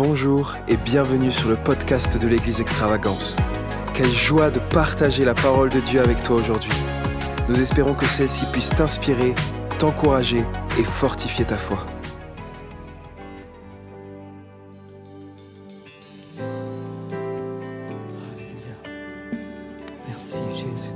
Bonjour et bienvenue sur le podcast de l'Église Extravagance. Quelle joie de partager la parole de Dieu avec toi aujourd'hui. Nous espérons que celle-ci puisse t'inspirer, t'encourager et fortifier ta foi. Alléluia. Merci Jésus.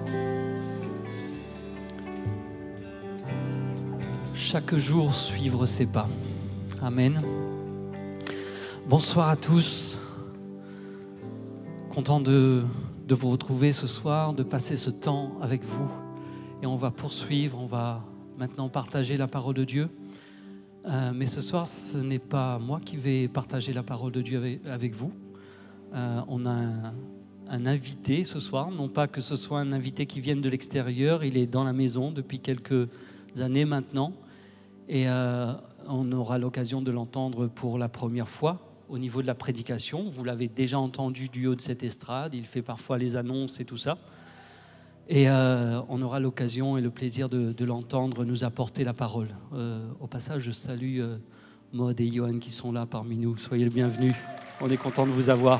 Chaque jour suivre ses pas. Amen. Bonsoir à tous. Content de vous retrouver ce soir, de passer ce temps avec vous. Et on va poursuivre, on va maintenant partager la parole de Dieu. Mais ce soir, ce n'est pas moi qui vais partager la parole de Dieu avec vous. On a un invité ce soir, non pas que ce soit un invité qui vienne de l'extérieur, il est dans la maison depuis quelques années maintenant. Et on aura l'occasion de l'entendre pour la première fois au niveau de la prédication. Vous l'avez déjà entendu du haut de cette estrade, il fait parfois les annonces et tout ça. Et on aura l'occasion et le plaisir de l'entendre nous apporter la parole. Au passage, je salue Maud et Johan qui sont là parmi nous. Soyez le bienvenu, on est content de vous avoir.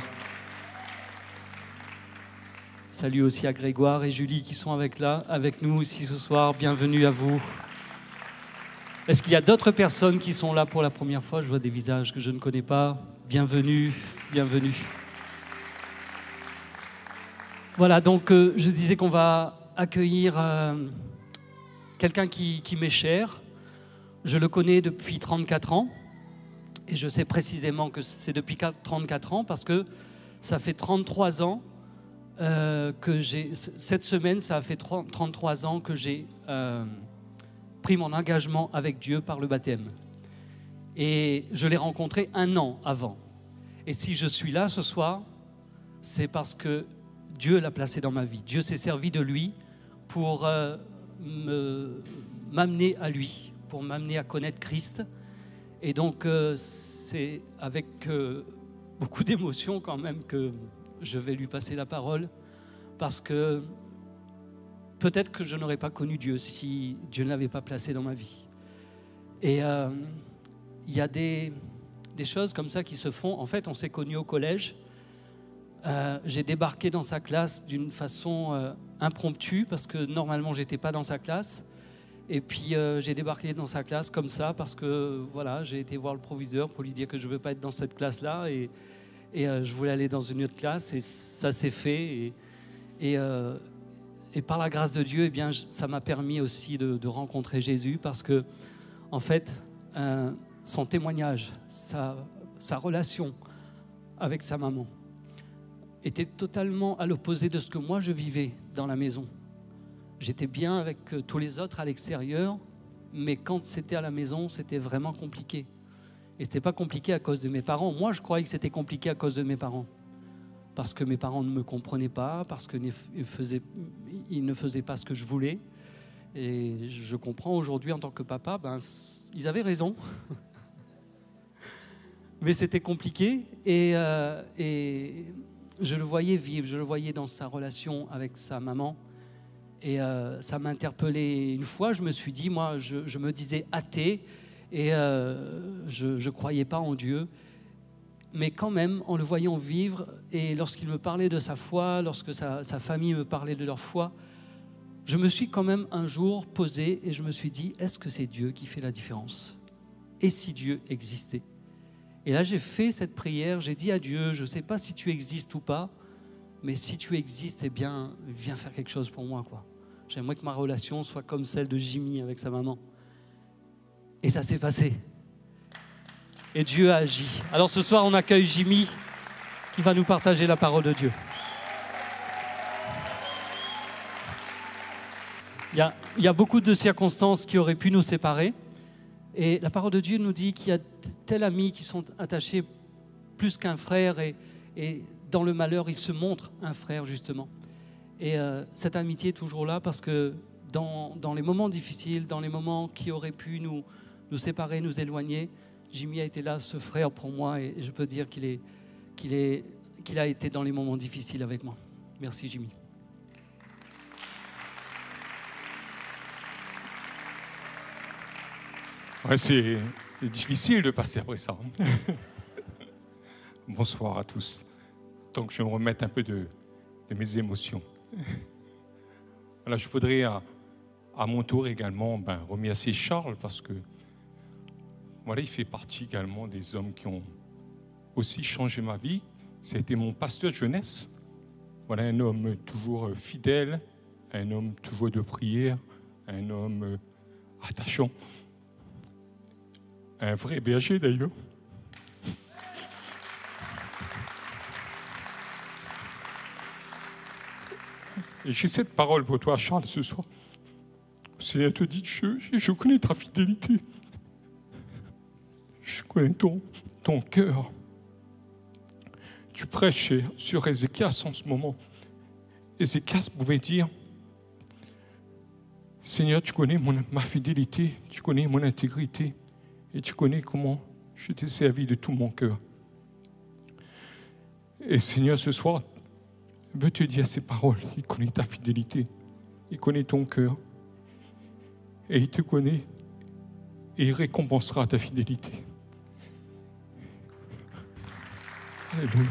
Salut aussi à Grégoire et Julie qui sont avec nous aussi ce soir. Bienvenue à vous. Est-ce qu'il y a d'autres personnes qui sont là pour la première fois? Je vois des visages que je ne connais pas. Bienvenue, bienvenue. Voilà, donc je disais qu'on va accueillir quelqu'un qui m'est cher. Je le connais depuis 34 ans. Et je sais précisément que c'est depuis 34 ans parce que ça fait 33 ans que j'ai... Cette semaine, ça a fait 33 ans que j'ai pris mon engagement avec Dieu par le baptême. Et je l'ai rencontré 1 an avant. Et si je suis là ce soir, c'est parce que Dieu l'a placé dans ma vie. Dieu s'est servi de lui pour m'amener à lui, pour m'amener à connaître Christ. Et donc, c'est avec beaucoup d'émotion quand même que je vais lui passer la parole, parce que peut-être que je n'aurais pas connu Dieu si Dieu ne l'avait pas placé dans ma vie. Et il y a des choses comme ça qui se font. En fait, on s'est connus au collège. J'ai débarqué dans sa classe d'une façon impromptue parce que normalement, je n'étais pas dans sa classe. Et puis, j'ai débarqué dans sa classe comme ça parce que voilà, j'ai été voir le proviseur pour lui dire que je ne veux pas être dans cette classe-là et je voulais aller dans une autre classe et ça s'est fait. Et par la grâce de Dieu, eh bien, ça m'a permis aussi de rencontrer Jésus parce que, en fait, son témoignage, sa relation avec sa maman était totalement à l'opposé de ce que moi je vivais dans la maison. J'étais bien avec tous les autres à l'extérieur, mais quand c'était à la maison, c'était vraiment compliqué. Et c'était pas compliqué à cause de mes parents. Moi, je croyais que c'était compliqué à cause de mes parents. Parce que mes parents ne me comprenaient pas, parce qu'ils ne faisaient pas ce que je voulais. Et je comprends aujourd'hui en tant que papa, ils avaient raison. Mais c'était compliqué et je le voyais vivre, je le voyais dans sa relation avec sa maman. Et ça m'a interpellé une fois. Je me suis dit, moi, je me disais athée et je ne croyais pas en Dieu. Mais quand même, en le voyant vivre, et lorsqu'il me parlait de sa foi, lorsque sa famille me parlait de leur foi, je me suis quand même un jour posé et je me suis dit, est-ce que c'est Dieu qui fait la différence? Et si Dieu existait? Et là, j'ai fait cette prière, j'ai dit à Dieu, je ne sais pas si tu existes ou pas, mais si tu existes, eh bien, viens faire quelque chose pour moi, quoi. J'aimerais que ma relation soit comme celle de Jimmy avec sa maman. Et ça s'est passé. Et Dieu a agi. Alors ce soir, on accueille Jimmy qui va nous partager la parole de Dieu. Il y a beaucoup de circonstances qui auraient pu nous séparer. Et la parole de Dieu nous dit qu'il y a tels amis qui sont attachés plus qu'un frère et dans le malheur, il se montre un frère justement. Et cette amitié est toujours là parce que dans les moments difficiles, dans les moments qui auraient pu nous séparer, nous éloigner, Jimmy a été là, ce frère pour moi, et je peux dire qu'il a été dans les moments difficiles avec moi. Merci Jimmy. Ouais, c'est difficile de passer après ça. Bonsoir à tous. Donc je vais me remettre un peu de mes émotions. Voilà, je voudrais à mon tour également remercier Charles parce que voilà, il fait partie également des hommes qui ont aussi changé ma vie. C'était mon pasteur de jeunesse. Voilà, un homme toujours fidèle, un homme toujours de prière, un homme attachant, un vrai berger d'ailleurs. Et j'ai cette parole pour toi, Charles, ce soir. Le Seigneur te dit, je connais ta fidélité. Je connais ton cœur. Tu prêches sur Ézéchias en ce moment. Ézéchias pouvait dire, Seigneur, tu connais ma fidélité, tu connais mon intégrité et tu connais comment je t'ai servi de tout mon cœur. Et Seigneur, ce soir, veut te dire ces paroles. Il connaît ta fidélité, il connaît ton cœur et il te connaît et il récompensera ta fidélité. Alléluia.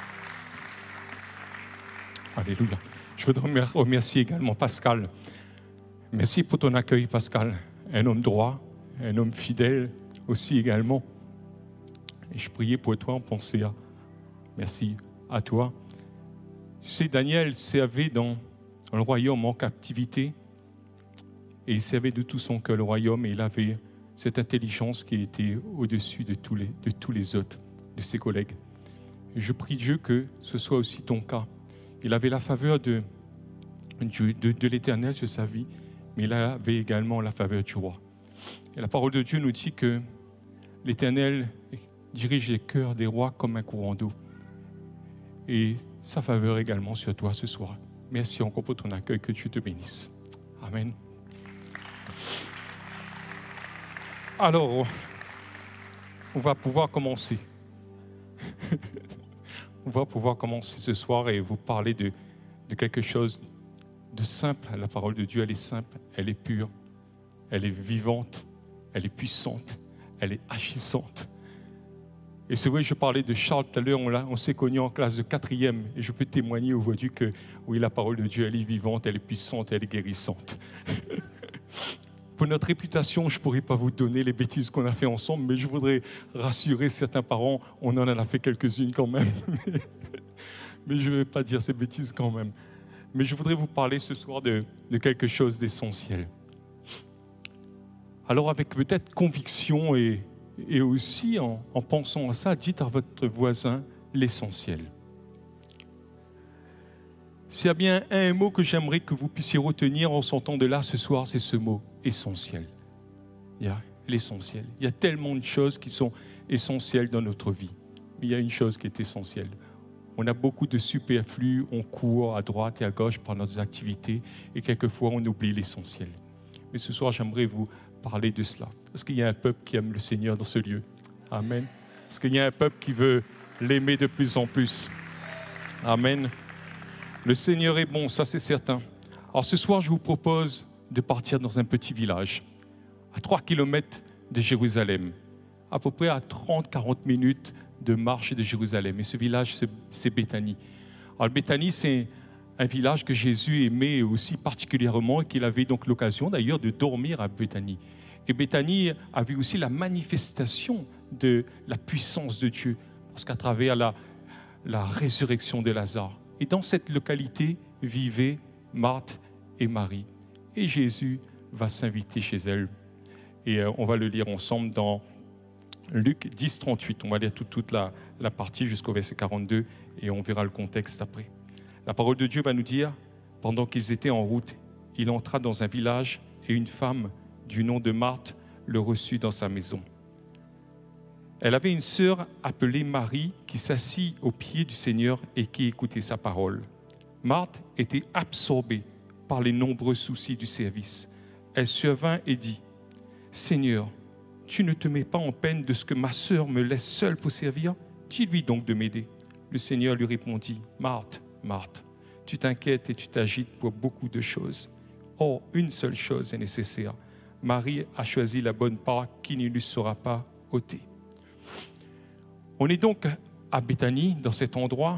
Alléluia. Je voudrais remercier également Pascal. Merci pour ton accueil, Pascal. Un homme droit, un homme fidèle aussi également. Et je priais pour toi, on pensait à... Merci à toi. Tu sais, Daniel servait dans le royaume en captivité et il servait de tout son cœur le royaume et il avait cette intelligence qui était au-dessus de tous les autres, de ses collègues. Et je prie Dieu que ce soit aussi ton cas. Il avait la faveur de l'Éternel sur sa vie, mais il avait également la faveur du roi. Et la parole de Dieu nous dit que l'Éternel dirige les cœurs des rois comme un courant d'eau. Et sa faveur également sur toi ce soir. Merci encore pour ton accueil, que Dieu te bénisse. Amen. Alors, on va pouvoir commencer. On va pouvoir commencer ce soir et vous parler de quelque chose de simple. La parole de Dieu, elle est simple, elle est pure, elle est vivante, elle est puissante, elle est agissante. Et c'est vrai, je parlais de Charles tout à l'heure, on s'est connus en classe de 4e, et je peux témoigner aujourd'hui que oui, la parole de Dieu, elle est vivante, elle est puissante, elle est guérissante. Pour notre réputation, je ne pourrais pas vous donner les bêtises qu'on a fait ensemble, mais je voudrais rassurer certains parents, on en a fait quelques-unes quand même. Mais je ne vais pas dire ces bêtises quand même. Mais je voudrais vous parler ce soir de quelque chose d'essentiel. Alors avec peut-être conviction et aussi en pensant à ça, dites à votre voisin l'essentiel. S'il y a bien un mot que j'aimerais que vous puissiez retenir en sortant de là ce soir, c'est ce mot, essentiel. Il y a l'essentiel. Il y a tellement de choses qui sont essentielles dans notre vie. Mais il y a une chose qui est essentielle. On a beaucoup de superflus, on court à droite et à gauche par nos activités et quelquefois on oublie l'essentiel. Mais ce soir, j'aimerais vous parler de cela. Est-ce qu'il y a un peuple qui aime le Seigneur dans ce lieu? Amen. Est-ce qu'il y a un peuple qui veut l'aimer de plus en plus? Amen. Le Seigneur est bon, ça c'est certain. Alors ce soir, je vous propose de partir dans un petit village, à 3 km de Jérusalem, à peu près à 30-40 minutes de marche de Jérusalem. Et ce village, c'est Béthanie. Alors Béthanie, c'est un village que Jésus aimait aussi particulièrement et qu'il avait donc l'occasion d'ailleurs de dormir à Béthanie. Et Béthanie avait aussi la manifestation de la puissance de Dieu, parce qu'à travers la résurrection de Lazare. Et dans cette localité vivaient Marthe et Marie. Et Jésus va s'inviter chez elles. Et on va le lire ensemble dans Luc 10, 38. On va lire toute la partie jusqu'au verset 42 et on verra le contexte après. La parole de Dieu va nous dire, pendant qu'ils étaient en route, il entra dans un village et une femme du nom de Marthe le reçut dans sa maison. Elle avait une sœur appelée Marie qui s'assit aux pieds du Seigneur et qui écoutait sa parole. Marthe était absorbée par les nombreux soucis du service. Elle survint et dit, « Seigneur, tu ne te mets pas en peine de ce que ma sœur me laisse seule pour servir? Dis-lui donc de m'aider. » Le Seigneur lui répondit, « Marthe, Marthe, tu t'inquiètes et tu t'agites pour beaucoup de choses. Or, une seule chose est nécessaire. Marie a choisi la bonne part qui ne lui sera pas ôtée. » On est donc à Béthanie, dans cet endroit,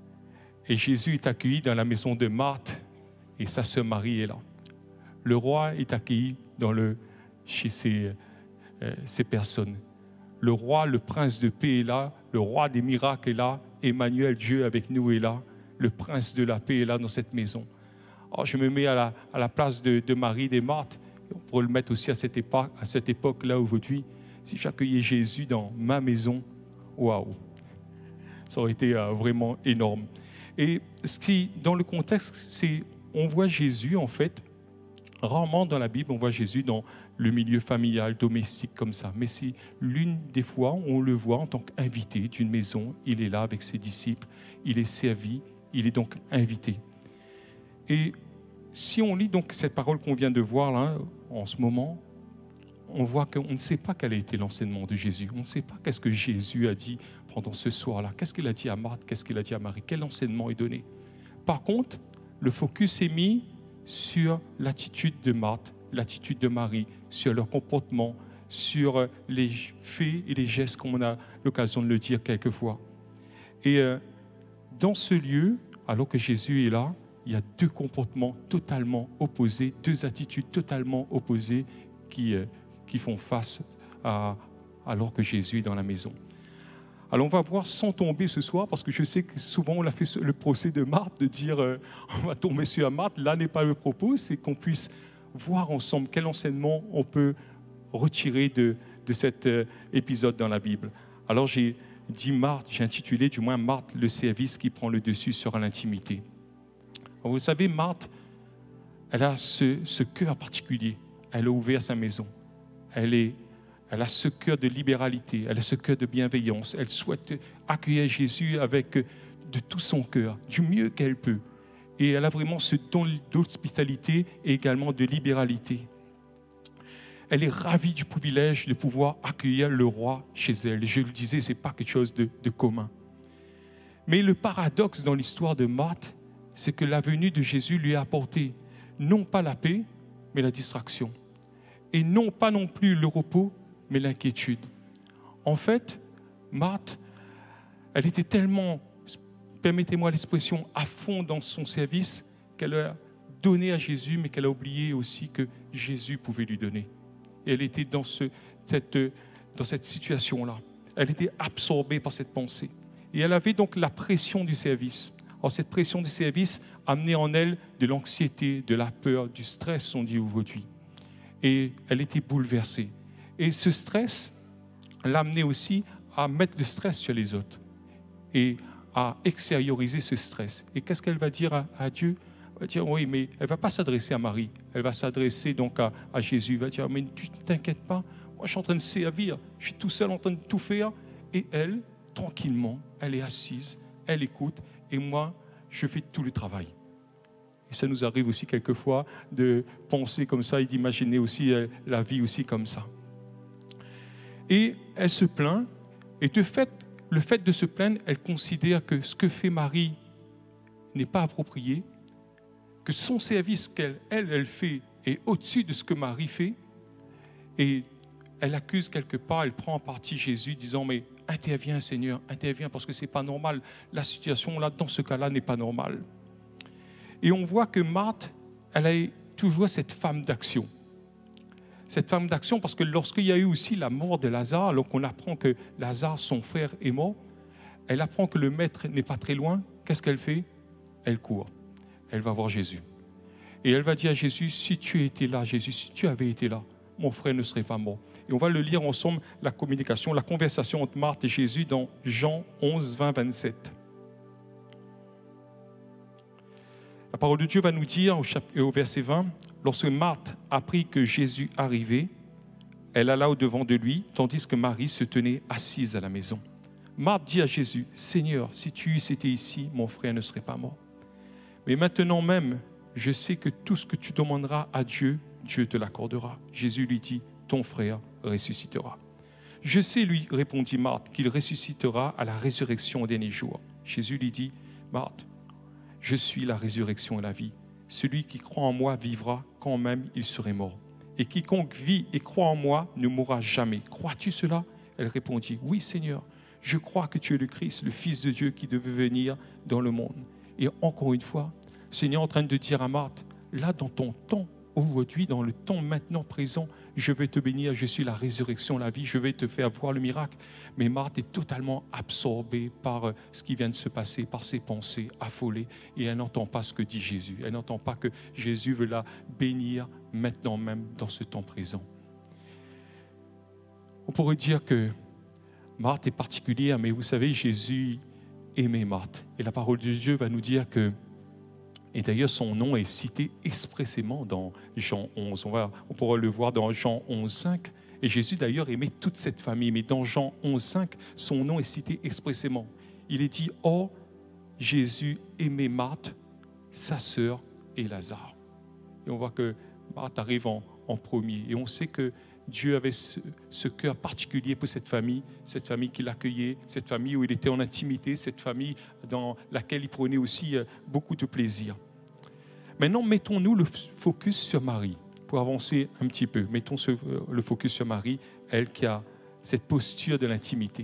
et Jésus est accueilli dans la maison de Marthe, et sa sœur Marie est là. Le roi est accueilli chez ces personnes. Le roi, le prince de paix est là, le roi des miracles est là, Emmanuel, Dieu avec nous est là, le prince de la paix est là dans cette maison. Alors, je me mets à la place de Marie et de Marthe, on pourrait le mettre aussi à cette époque-là aujourd'hui. Si j'accueillais Jésus dans ma maison, waouh, ça aurait été vraiment énorme. Et ce qui, dans le contexte, c'est on voit Jésus en fait, rarement dans la Bible, on voit Jésus dans le milieu familial, domestique comme ça. Mais c'est l'une des fois où on le voit en tant qu'invité d'une maison. Il est là avec ses disciples, il est servi, il est donc invité. Et si on lit donc cette parole qu'on vient de voir là, en ce moment, on voit qu'on ne sait pas quel a été l'enseignement de Jésus. On ne sait pas qu'est-ce que Jésus a dit pendant ce soir-là. Qu'est-ce qu'il a dit à Marthe, qu'est-ce qu'il a dit à Marie, quel enseignement est donné. Par contre, le focus est mis sur l'attitude de Marthe, l'attitude de Marie, sur leur comportement, sur les faits et les gestes, comme on a l'occasion de le dire quelquefois. Et dans ce lieu, alors que Jésus est là, il y a deux comportements totalement opposés, deux attitudes totalement opposées qui font face alors que Jésus est dans la maison. Alors on va voir sans tomber ce soir, parce que je sais que souvent on a fait le procès de Marthe, de dire on va tomber sur Marthe. Là n'est pas le propos, c'est qu'on puisse voir ensemble quel enseignement on peut retirer de cet épisode dans la Bible. Alors j'ai dit Marthe, j'ai intitulé du moins Marthe, le service qui prend le dessus sur l'intimité. Alors, vous savez, Marthe, elle a ce cœur particulier. Elle a ouvert sa maison. Elle a ce cœur de libéralité, elle a ce cœur de bienveillance. Elle souhaite accueillir Jésus avec de tout son cœur, du mieux qu'elle peut. Et elle a vraiment ce don d'hospitalité et également de libéralité. Elle est ravie du privilège de pouvoir accueillir le roi chez elle. Je le disais, ce n'est pas quelque chose de commun. Mais le paradoxe dans l'histoire de Marthe, c'est que la venue de Jésus lui a apporté non pas la paix, mais la distraction. Et non pas non plus le repos, mais l'inquiétude. En fait, Marthe, elle était tellement, permettez-moi l'expression, à fond dans son service qu'elle a donné à Jésus, mais qu'elle a oublié aussi que Jésus pouvait lui donner. Et elle était dans cette situation-là. Elle était absorbée par cette pensée. Et elle avait donc la pression du service. Alors cette pression du service amenait en elle de l'anxiété, de la peur, du stress, on dit aujourd'hui. Et elle était bouleversée. Et ce stress l'a amenée aussi à mettre le stress sur les autres et à extérioriser ce stress. Et qu'est-ce qu'elle va dire à Dieu ? Elle va dire, oui, mais elle ne va pas s'adresser à Marie. Elle va s'adresser donc à Jésus. Elle va dire, mais tu ne t'inquiètes pas, moi je suis en train de servir, je suis tout seul en train de tout faire. Et elle, tranquillement, elle est assise, elle écoute, et moi, je fais tout le travail. Et ça nous arrive aussi quelquefois de penser comme ça et d'imaginer aussi la vie aussi comme ça. Et elle se plaint, et le fait de se plaindre, elle considère que ce que fait Marie n'est pas approprié, que son service qu'elle fait est au-dessus de ce que Marie fait, et elle accuse quelque part, elle prend en partie Jésus, disant, mais interviens Seigneur, interviens, parce que ce n'est pas normal, la situation là, dans ce cas-là, n'est pas normale. Et on voit que Marthe, elle a toujours cette femme d'action. Cette femme d'action, parce que lorsqu'il y a eu aussi la mort de Lazare, alors qu'on apprend que Lazare, son frère, est mort, elle apprend que le maître n'est pas très loin. Qu'est-ce qu'elle fait ? Elle court. Elle va voir Jésus. Et elle va dire à Jésus, si tu étais là, Jésus, si tu avais été là, mon frère ne serait pas mort. Et on va le lire ensemble, la communication, la conversation entre Marthe et Jésus dans Jean 11, 20, 27. La parole de Dieu va nous dire au verset 20, lorsque Marthe apprit que Jésus arrivait, elle alla au-devant de lui, tandis que Marie se tenait assise à la maison. Marthe dit à Jésus, Seigneur, si tu eusses été ici, mon frère ne serait pas mort. Mais maintenant même, je sais que tout ce que tu demanderas à Dieu, Dieu te l'accordera. Jésus lui dit, ton frère ressuscitera. Je sais, lui répondit Marthe, qu'il ressuscitera à la résurrection au dernier jour. Jésus lui dit, Marthe, je suis la résurrection et la vie. Celui qui croit en moi vivra quand même il serait mort. Et quiconque vit et croit en moi ne mourra jamais. Crois-tu cela ? Elle répondit, oui Seigneur, Je crois que tu es le Christ, le Fils de Dieu qui devait venir dans le monde. Et encore une fois, le Seigneur est en train de dire à Marthe, là dans ton temps, aujourd'hui, dans le temps maintenant présent, je vais te bénir, je suis la résurrection, la vie, je vais te faire voir le miracle. Mais Marthe est totalement absorbée par ce qui vient de se passer, par ses pensées affolées, et elle n'entend pas ce que dit Jésus. Elle n'entend pas que Jésus veut la bénir maintenant même, dans ce temps présent. On pourrait dire que Marthe est particulière, mais vous savez, Jésus aimait Marthe. Et la parole de Dieu va nous dire que, et d'ailleurs son nom est cité expressément dans Jean 11. On pourra le voir dans Jean 11, 5. Et Jésus d'ailleurs aimait toute cette famille. Mais dans Jean 11, 5, son nom est cité expressément. Il est dit, oh, Jésus aimait Marthe, sa sœur et Lazare. Et on voit que Marthe arrive en premier. Et on sait que Dieu avait ce cœur particulier pour cette famille qui l'accueillait, cette famille où il était en intimité, cette famille dans laquelle il prenait aussi beaucoup de plaisir. Maintenant, mettons-nous le focus sur Marie, pour avancer un petit peu. Mettons le focus sur Marie, elle qui a cette posture de l'intimité.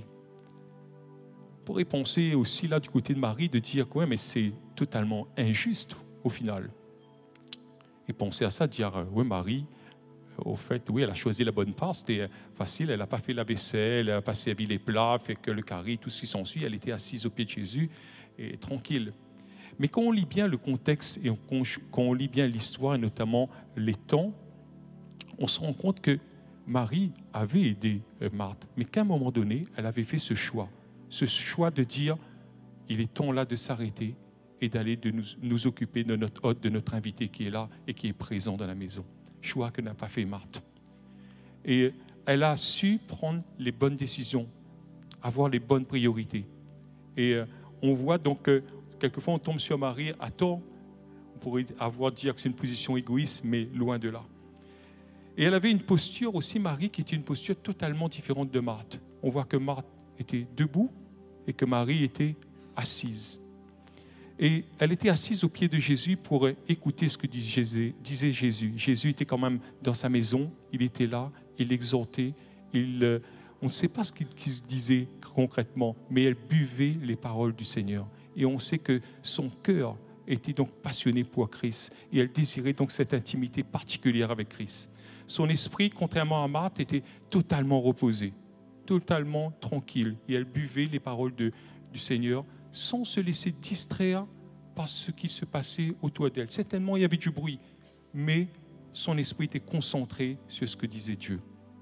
On pourrait penser aussi là du côté de Marie de dire que ouais, mais c'est totalement injuste au final. Et penser à ça, dire ouais, Marie, au fait, oui, elle a choisi la bonne part, c'était facile, elle n'a pas fait la vaisselle, elle n'a pas servi les plats, fait que le curry, tout ce qui s'ensuit, elle était assise au pied de Jésus et tranquille. Mais quand on lit bien le contexte et quand on lit bien l'histoire, et notamment les temps, on se rend compte que Marie avait aidé Marthe, mais qu'à un moment donné, elle avait fait ce choix de dire, il est temps là de s'arrêter et d'aller de nous occuper de notre hôte, de notre invité qui est là et qui est présent dans la maison. Choix que n'a pas fait Marthe. Et elle a su prendre les bonnes décisions, avoir les bonnes priorités. Et on voit donc, quelquefois on tombe sur Marie à tort, on pourrait dire que c'est une position égoïste, mais loin de là. Et elle avait une posture aussi, Marie, qui était une posture totalement différente de Marthe. On voit que Marthe était debout et que Marie était assise. Et elle était assise au pied de Jésus pour écouter ce que disait Jésus. Jésus était quand même dans sa maison, il était là, il exhortait, on ne sait pas ce qu'il disait concrètement, mais elle buvait les paroles du Seigneur. Et on sait que son cœur était donc passionné pour Christ, et elle désirait donc cette intimité particulière avec Christ. Son esprit, contrairement à Marthe, était totalement reposé, totalement tranquille, et elle buvait les paroles du Seigneur, sans se laisser distraire par ce qui se passait autour d'elle. Certainement, il y avait du bruit, mais son esprit était concentré sur ce que disait Dieu.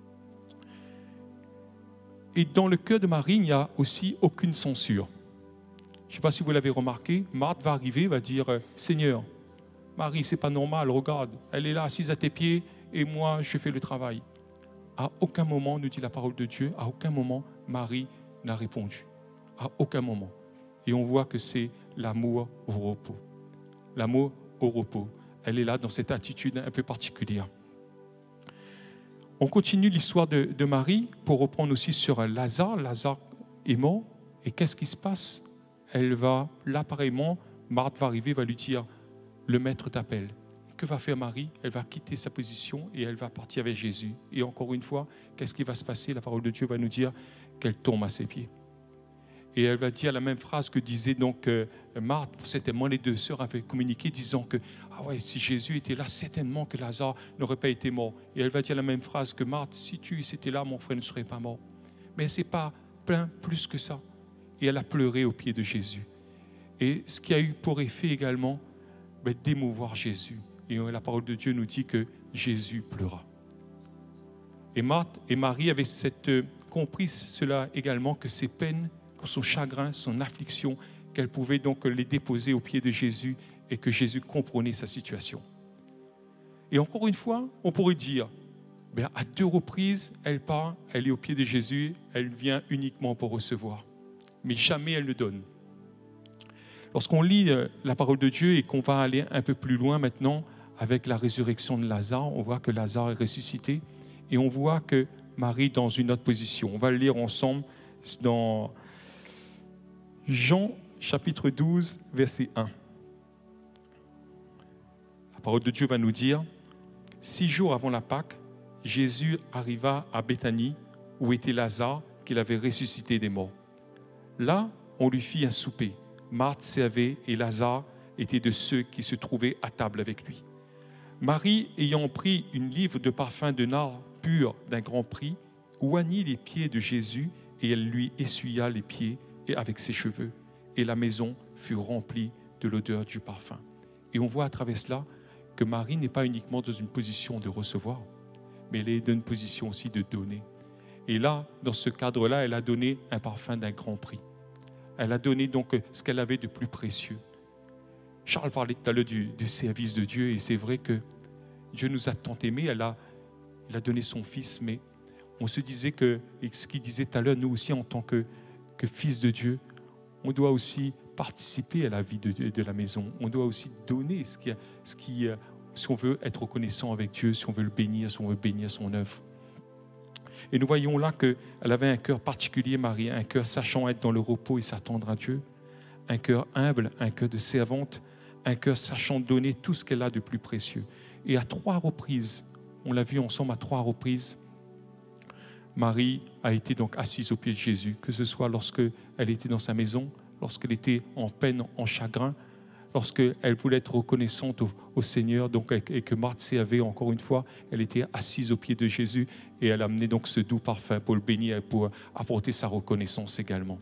Et dans le cœur de Marie, il n'y a aussi aucune censure. Je ne sais pas si vous l'avez remarqué, Marthe va arriver, va dire « Seigneur, Marie, c'est pas normal, regarde, elle est là assise à tes pieds et moi, je fais le travail. » À aucun moment, nous dit la parole de Dieu, à aucun moment, Marie n'a répondu. À aucun moment. Et on voit que c'est l'amour au repos. L'amour au repos. Elle est là dans cette attitude un peu particulière. On continue l'histoire de Marie pour reprendre aussi sur Lazare. Lazare est mort. Et qu'est-ce qui se passe? Elle va, là pareillement, Marthe va arriver, va lui dire, le maître t'appelle. Que va faire Marie? Elle va quitter sa position et elle va partir avec Jésus. Et encore une fois, qu'est-ce qui va se passer? La parole de Dieu va nous dire qu'elle tombe à ses pieds. Et elle va dire la même phrase que disait donc Marthe. Certainement, les deux sœurs avaient communiqué disant que ah ouais, si Jésus était là, certainement que Lazare n'aurait pas été mort. Et elle va dire la même phrase que Marthe, si tu étais là, mon frère ne serait pas mort. Mais ce n'est pas plein plus que ça. Et elle a pleuré au pied de Jésus. Et ce qui a eu pour effet également d'émouvoir Jésus. Et la parole de Dieu nous dit que Jésus pleura. Et Marthe et Marie avaient compris cela également, que ces peines, son chagrin, son affliction, qu'elle pouvait donc les déposer aux pieds de Jésus et que Jésus comprenait sa situation. Et encore une fois, on pourrait dire, à 2 reprises, elle part, elle est aux pieds de Jésus, elle vient uniquement pour recevoir. Mais jamais elle ne donne. Lorsqu'on lit la parole de Dieu et qu'on va aller un peu plus loin maintenant avec la résurrection de Lazare, on voit que Lazare est ressuscité et on voit que Marie dans une autre position. On va le lire ensemble dans Jean chapitre 12, verset 1. La parole de Dieu va nous dire, 6 jours avant la Pâque, Jésus arriva à Béthanie, où était Lazare, qu'il avait ressuscité des morts. Là, on lui fit un souper. Marthe servait et Lazare était de ceux qui se trouvaient à table avec lui. Marie, ayant pris une livre de parfum de nard pur d'un grand prix, oignit les pieds de Jésus et elle lui essuya les pieds avec ses cheveux. Et la maison fut remplie de l'odeur du parfum. Et on voit à travers cela que Marie n'est pas uniquement dans une position de recevoir, mais elle est dans une position aussi de donner. Et là, dans ce cadre-là, elle a donné un parfum d'un grand prix. Elle a donné donc ce qu'elle avait de plus précieux. Charles parlait tout à l'heure du service de Dieu, et c'est vrai que Dieu nous a tant aimés, il a donné son Fils, mais on se disait que, et ce qu'il disait tout à l'heure, nous aussi en tant que fils de Dieu, on doit aussi participer à la vie de la maison. On doit aussi donner si on veut être reconnaissant avec Dieu, si on veut le bénir, si on veut bénir son œuvre. Et nous voyons là qu'elle avait un cœur particulier, Marie, un cœur sachant être dans le repos et s'attendre à Dieu, un cœur humble, un cœur de servante, un cœur sachant donner tout ce qu'elle a de plus précieux. Et à 3 reprises, on l'a vu ensemble à 3 reprises, Marie a été donc assise aux pieds de Jésus, que ce soit lorsqu'elle était dans sa maison, lorsqu'elle était en peine, en chagrin, lorsqu'elle voulait être reconnaissante au Seigneur, donc, et que Marthe servait encore une fois, elle était assise aux pieds de Jésus et elle amenait donc ce doux parfum pour le bénir et pour apporter sa reconnaissance également.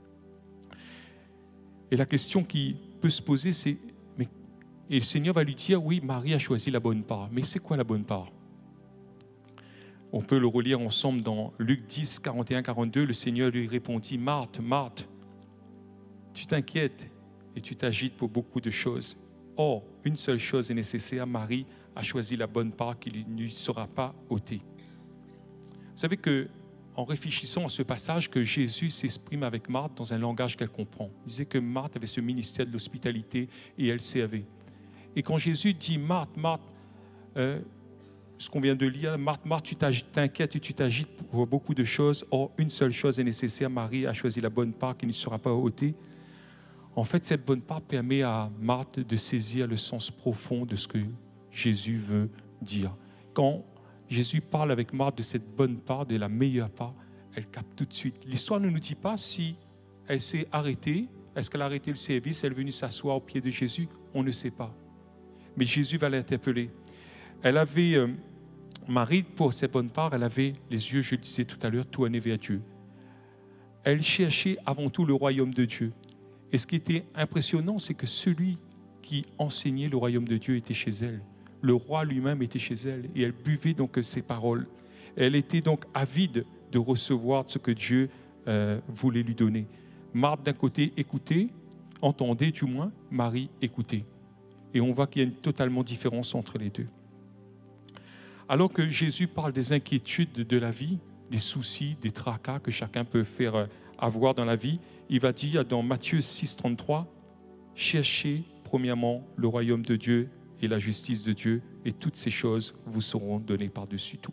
Et la question qui peut se poser, c'est, et le Seigneur va lui dire, oui, Marie a choisi la bonne part, mais c'est quoi la bonne part ? On peut le relire ensemble dans Luc 10, 41, 42. Le Seigneur lui répondit, Marthe, Marthe, tu t'inquiètes et tu t'agites pour beaucoup de choses. Or, une seule chose est nécessaire. Marie a choisi la bonne part qui ne lui sera pas ôtée. Vous savez qu'en réfléchissant à ce passage, que Jésus s'exprime avec Marthe dans un langage qu'elle comprend. Il disait que Marthe avait ce ministère de l'hospitalité et elle servait. Et quand Jésus dit, Marthe, Marthe, ce qu'on vient de lire, Marthe, Marthe, tu t'inquiètes et tu t'agites pour beaucoup de choses. Or, une seule chose est nécessaire. Marie a choisi la bonne part qui ne sera pas ôtée. En fait, cette bonne part permet à Marthe de saisir le sens profond de ce que Jésus veut dire. Quand Jésus parle avec Marthe de cette bonne part, de la meilleure part, elle capte tout de suite. L'histoire ne nous dit pas si elle s'est arrêtée. Est-ce qu'elle a arrêté le service? Elle est venue s'asseoir au pied de Jésus? On ne sait pas. Mais Jésus va l'interpeller. Elle avait... Marie, pour cette bonne part, elle avait les yeux, je le disais tout à l'heure, tournés vers Dieu. Elle cherchait avant tout le royaume de Dieu. Et ce qui était impressionnant, c'est que celui qui enseignait le royaume de Dieu était chez elle. Le roi lui-même était chez elle. Et elle buvait donc ses paroles. Elle était donc avide de recevoir ce que Dieu voulait lui donner. Marthe, d'un côté, écoutait, entendait du moins, Marie écoutait. Et on voit qu'il y a une totalement différence entre les deux. Alors que Jésus parle des inquiétudes de la vie, des soucis, des tracas que chacun peut faire avoir dans la vie, il va dire dans Matthieu 6, 33, « Cherchez premièrement le royaume de Dieu et la justice de Dieu, et toutes ces choses vous seront données par-dessus tout. »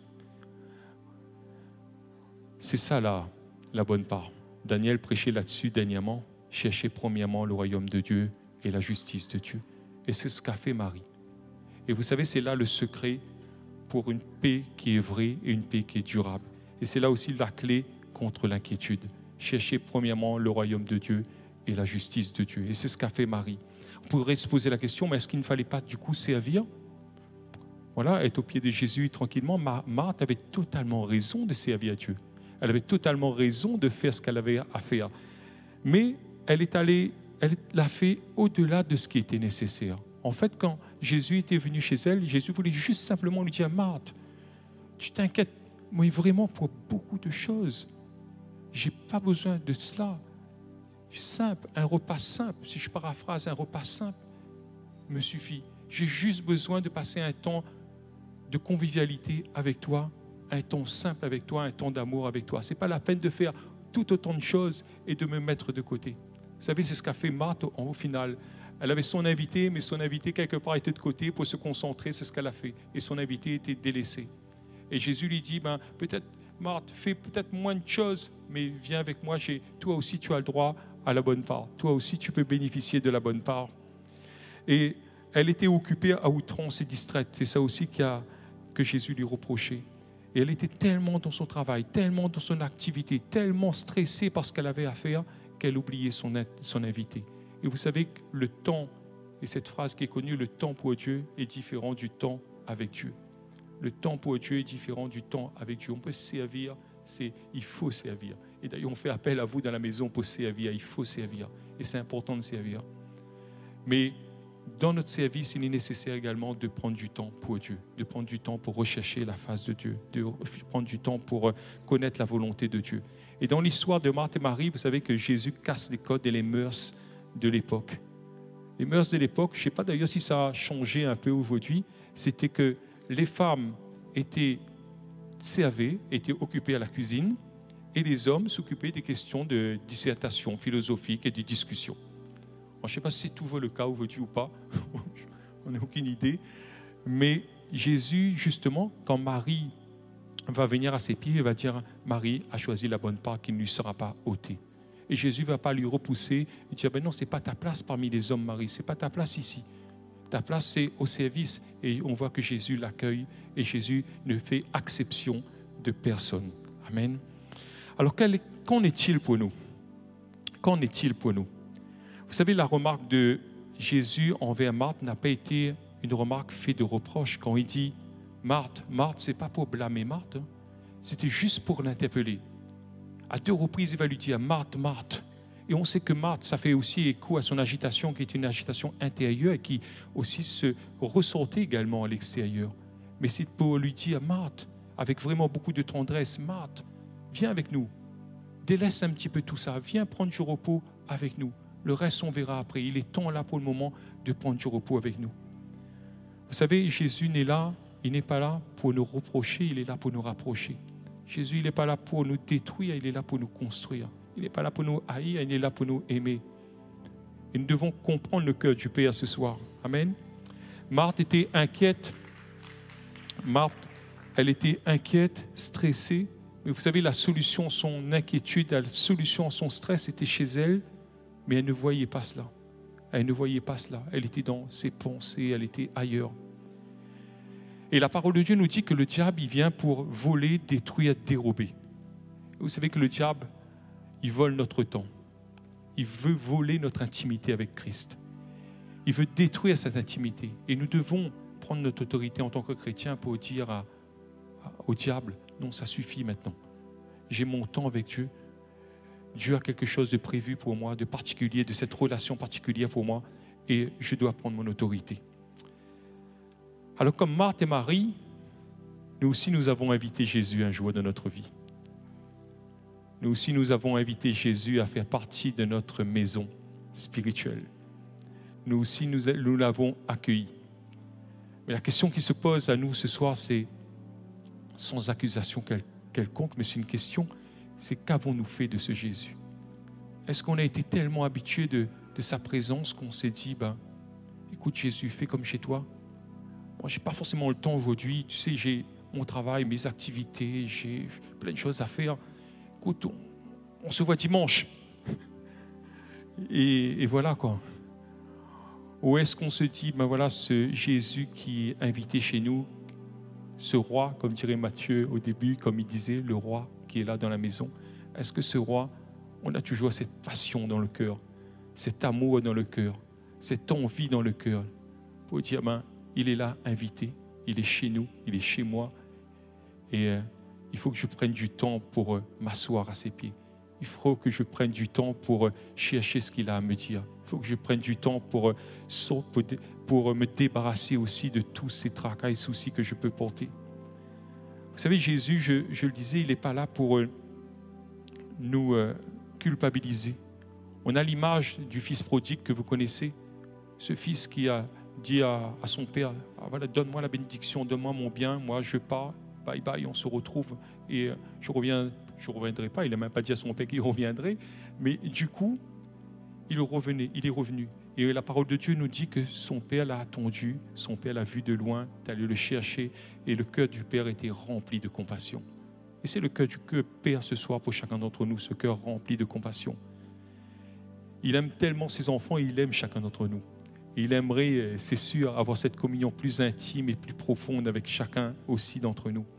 C'est ça la bonne part. Daniel prêchait là-dessus dernièrement, « Cherchez premièrement le royaume de Dieu et la justice de Dieu. » Et c'est ce qu'a fait Marie. Et vous savez, c'est là le secret pour une paix qui est vraie et une paix qui est durable. Et c'est là aussi la clé contre l'inquiétude. Cherchez premièrement le royaume de Dieu et la justice de Dieu. Et c'est ce qu'a fait Marie. On pourrait se poser la question, mais est-ce qu'il ne fallait pas du coup servir? Voilà, être au pied de Jésus tranquillement. Marthe avait totalement raison de servir à Dieu. Elle avait totalement raison de faire ce qu'elle avait à faire. Mais elle l'a fait au-delà de ce qui était nécessaire. En fait, quand Jésus était venu chez elle, Jésus voulait juste simplement lui dire, Marthe, tu t'inquiètes, mais vraiment pour beaucoup de choses. Je n'ai pas besoin de cela. Simple, un repas simple, si je paraphrase, un repas simple me suffit. J'ai juste besoin de passer un temps de convivialité avec toi, un temps simple avec toi, un temps d'amour avec toi. Ce n'est pas la peine de faire tout autant de choses et de me mettre de côté. Vous savez, c'est ce qu'a fait Marthe au final. Elle avait son invité, mais son invité, quelque part, était de côté pour se concentrer, c'est ce qu'elle a fait. Et son invité était délaissé. Et Jésus lui dit, peut-être, Marthe, fais peut-être moins de choses, mais viens avec moi, toi aussi tu as le droit à la bonne part. Toi aussi tu peux bénéficier de la bonne part. Et elle était occupée à outrance et distraite. C'est ça aussi que Jésus lui reprochait. Et elle était tellement dans son travail, tellement dans son activité, tellement stressée par ce qu'elle avait à faire, qu'elle oubliait son invité. Et vous savez que le temps, et cette phrase qui est connue, le temps pour Dieu est différent du temps avec Dieu. Le temps pour Dieu est différent du temps avec Dieu. On peut servir, il faut servir. Et d'ailleurs, on fait appel à vous dans la maison pour servir. Il faut servir. Et c'est important de servir. Mais dans notre service, il est nécessaire également de prendre du temps pour Dieu, de prendre du temps pour rechercher la face de Dieu, de prendre du temps pour connaître la volonté de Dieu. Et dans l'histoire de Marthe et Marie, vous savez que Jésus casse les codes et les mœurs de l'époque. Les mœurs de l'époque, je ne sais pas d'ailleurs si ça a changé un peu aujourd'hui, c'était que les femmes étaient occupées à la cuisine et les hommes s'occupaient des questions de dissertation philosophique et de discussion. Je ne sais pas si c'est toujours le cas aujourd'hui ou pas, on n'a aucune idée, mais Jésus, justement, quand Marie va venir à ses pieds, il va dire « Marie a choisi la bonne part qui ne lui sera pas ôtée ». Et Jésus ne va pas lui repousser et dire « Non, ce n'est pas ta place parmi les hommes, Marie, ce n'est pas ta place ici. Ta place, c'est au service. » Et on voit que Jésus l'accueille et Jésus ne fait exception de personne. Amen. Alors, qu'en est-il pour nous? Qu'en est-il pour nous? Vous savez, la remarque de Jésus envers Marthe n'a pas été une remarque faite de reproche. Quand il dit « Marthe, Marthe », ce n'est pas pour blâmer Marthe, hein. C'était juste pour l'interpeller. À 2 reprises, il va lui dire « Marthe, Marthe ». Et on sait que Marthe, ça fait aussi écho à son agitation, qui est une agitation intérieure et qui aussi se ressortait également à l'extérieur. Mais c'est pour lui dire « Marthe », avec vraiment beaucoup de tendresse, « Marthe, viens avec nous. Délaisse un petit peu tout ça. Viens prendre du repos avec nous. Le reste, on verra après. Il est temps là pour le moment de prendre du repos avec nous. » Vous savez, Jésus n'est là, il n'est pas là pour nous reprocher, il est là pour nous rapprocher. Jésus, il n'est pas là pour nous détruire, il est là pour nous construire. Il n'est pas là pour nous haïr, il est là pour nous aimer. Et nous devons comprendre le cœur du Père ce soir. Amen. Marthe était inquiète. Marthe, elle était inquiète, stressée. Mais vous savez, la solution à son inquiétude, la solution à son stress était chez elle, mais elle ne voyait pas cela. Elle ne voyait pas cela. Elle était dans ses pensées, elle était ailleurs. Et la parole de Dieu nous dit que le diable, il vient pour voler, détruire, dérober. Vous savez que le diable, il vole notre temps. Il veut voler notre intimité avec Christ. Il veut détruire cette intimité. Et nous devons prendre notre autorité en tant que chrétiens pour dire au diable, non, ça suffit maintenant. J'ai mon temps avec Dieu. Dieu a quelque chose de prévu pour moi, de particulier, de cette relation particulière pour moi, et je dois prendre mon autorité. Alors comme Marthe et Marie, nous aussi nous avons invité Jésus un jour dans notre vie. Nous aussi nous avons invité Jésus à faire partie de notre maison spirituelle. Nous aussi nous l'avons accueilli. Mais la question qui se pose à nous ce soir, c'est sans accusation quelconque, mais c'est une question, c'est qu'avons-nous fait de ce Jésus? Est-ce qu'on a été tellement habitué de sa présence qu'on s'est dit, écoute Jésus, fais comme chez toi. Moi, je n'ai pas forcément le temps aujourd'hui. Tu sais, j'ai mon travail, mes activités, j'ai plein de choses à faire. Écoute, on se voit dimanche. Et voilà quoi. Ou est-ce qu'on se dit, voilà, ce Jésus qui est invité chez nous, ce roi, comme dirait Matthieu au début, comme il disait, le roi qui est là dans la maison. Est-ce que ce roi, on a toujours cette passion dans le cœur, cet amour dans le cœur, cette envie dans le cœur pour dire, il est là, invité, il est chez nous, il est chez moi. Et il faut que je prenne du temps pour m'asseoir à ses pieds. Il faut que je prenne du temps pour chercher ce qu'il a à me dire. Il faut que je prenne du temps pour me débarrasser aussi de tous ces tracas et soucis que je peux porter. Vous savez, Jésus, je le disais, il n'est pas là pour nous culpabiliser. On a l'image du fils prodigue que vous connaissez, ce fils qui a dit à son père, voilà, donne-moi la bénédiction, donne-moi mon bien, moi je pars, bye bye, on se retrouve et je reviendrai pas, il n'a même pas dit à son père qu'il reviendrait, mais du coup, il est revenu. Et la parole de Dieu nous dit que son père l'a attendu, son père l'a vu de loin, d'aller le chercher, et le cœur du père était rempli de compassion. Et c'est le cœur du Père ce soir pour chacun d'entre nous, ce cœur rempli de compassion. Il aime tellement ses enfants, et il aime chacun d'entre nous. Il aimerait, c'est sûr, avoir cette communion plus intime et plus profonde avec chacun aussi d'entre nous.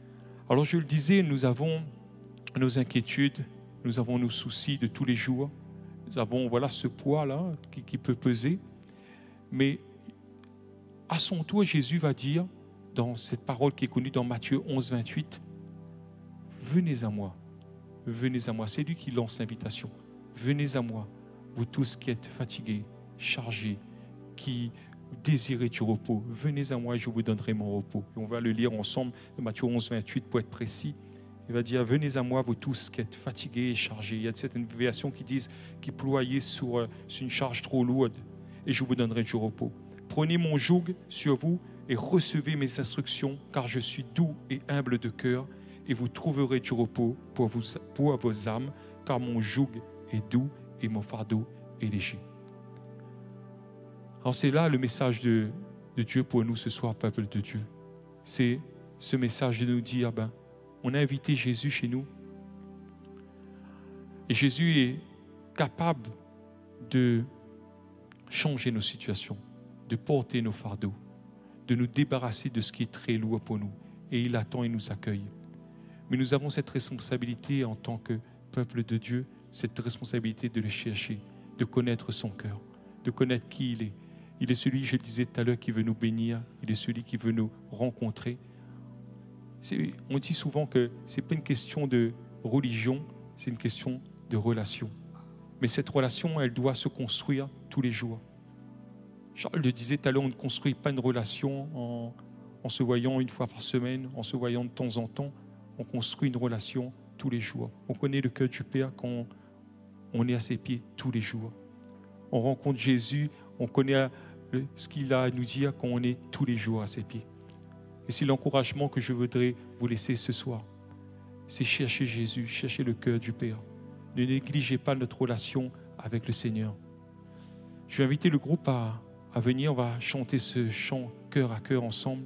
Alors je le disais, nous avons nos inquiétudes, nous avons nos soucis de tous les jours, nous avons ce poids-là qui peut peser. Mais à son tour, Jésus va dire, dans cette parole qui est connue dans Matthieu 11, 28, « Venez à moi, venez à moi. » C'est lui qui lance l'invitation. « Venez à moi, vous tous qui êtes fatigués, chargés, qui désirez du repos. Venez à moi et je vous donnerai mon repos. » Et on va le lire ensemble, de Matthieu 11, 28, pour être précis. Il va dire, venez à moi, vous tous qui êtes fatigués et chargés. Il y a certaines versions qui disent, qui ployaient sur une charge trop lourde, et je vous donnerai du repos. Prenez mon joug sur vous et recevez mes instructions, car je suis doux et humble de cœur, et vous trouverez du repos pour vos âmes, car mon joug est doux et mon fardeau est léger. Alors c'est là le message de Dieu pour nous ce soir, peuple de Dieu. C'est ce message de nous dire, on a invité Jésus chez nous. Et Jésus est capable de changer nos situations, de porter nos fardeaux, de nous débarrasser de ce qui est très lourd pour nous. Et il attend et nous accueille. Mais nous avons cette responsabilité en tant que peuple de Dieu, cette responsabilité de le chercher, de connaître son cœur, de connaître qui il est. Il est celui, je le disais tout à l'heure, qui veut nous bénir. Il est celui qui veut nous rencontrer. On dit souvent que ce n'est pas une question de religion, c'est une question de relation. Mais cette relation, elle doit se construire tous les jours. Charles le disait tout à l'heure, on ne construit pas une relation en se voyant une fois par semaine, en se voyant de temps en temps. On construit une relation tous les jours. On connaît le cœur du Père quand on est à ses pieds tous les jours. On rencontre Jésus, on connaît ce qu'il a à nous dire quand on est tous les jours à ses pieds. Et c'est l'encouragement que je voudrais vous laisser ce soir. C'est chercher Jésus, chercher le cœur du Père. Ne négligez pas notre relation avec le Seigneur. Je vais inviter le groupe à venir. On va chanter ce chant cœur à cœur ensemble.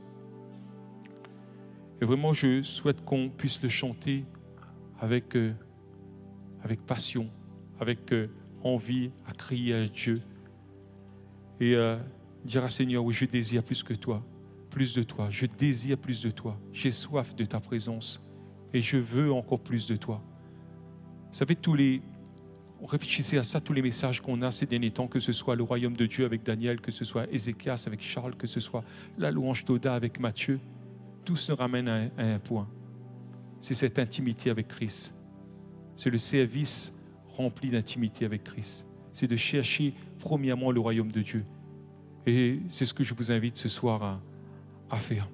Et vraiment, je souhaite qu'on puisse le chanter avec passion, avec envie à crier à Dieu. Et dire à Seigneur, oui, je désire plus que toi. Plus de toi, je désire plus de toi, j'ai soif de ta présence et je veux encore plus de toi. Vous savez, réfléchissez à ça, tous les messages qu'on a ces derniers temps, que ce soit le royaume de Dieu avec Daniel, que ce soit Ézéchias avec Charles, que ce soit la louange d'Oda avec Matthieu, tout se ramène à un point. C'est cette intimité avec Christ. C'est le service rempli d'intimité avec Christ. C'est de chercher premièrement le royaume de Dieu. Et c'est ce que je vous invite ce soir à faire.